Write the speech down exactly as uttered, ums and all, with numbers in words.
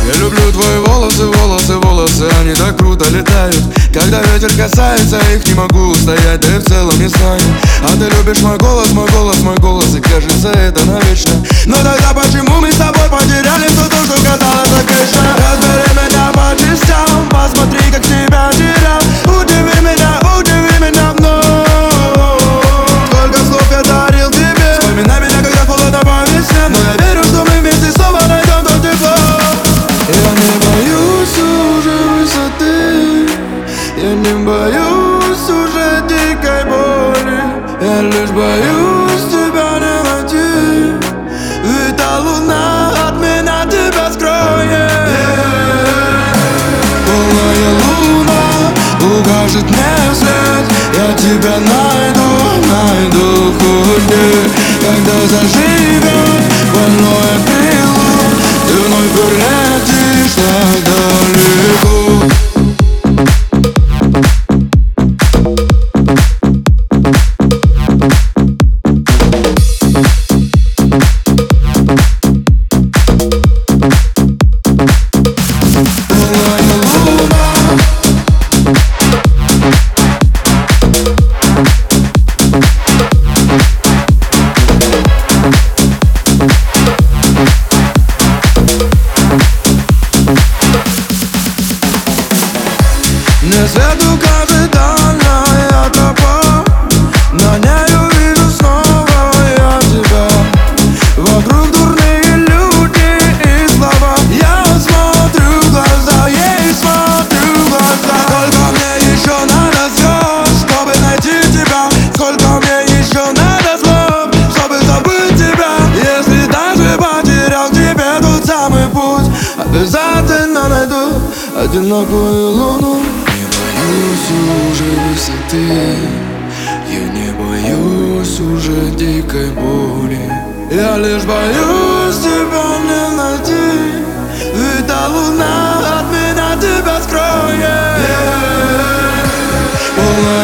Я люблю твои волосы, волосы, волосы, они так круто летают. Когда ветер касается их, не могу устоять, да и в целом не знаю. А ты любишь мой голос, мой голос, мой голос, и кажется это навечно. Но тогда почему мы с тобой потеряли все то, что казалось отлично? Разбери меня по частям, посмотри, как тебя терял. Удиви меня, удиви меня вновь. Сколько слов я дарил тебе, вспоминай меня, когда холодно по весне. Но я верю, что мы вместе снова найдем то тепло. Я не боюсь уже высоты, я не боюсь уже дикой боли. Я лишь боюсь тебя не найти, ведь та луна от меня тебя скроет. Полная луна укажет мне вслед, я тебя найду, найду хоть где. Когда заживет больное крыло, ты вновь полетишь так далеко. Мне свет укажет дальняя тропа, на нею вижу снова я тебя. Вокруг дурные люди и слова, я смотрю в глаза, ей смотрю в глаза. Сколько мне еще надо слез, чтобы найти тебя? Сколько мне еще надо слов, чтобы забыть тебя? Если даже потерял тебе тот самый путь, обязательно найду одинокую луну. Не боюсь уже высоты, я не боюсь уже дикой боли. Я лишь боюсь тебя не найти, ведь та луна от меня тебя скроет.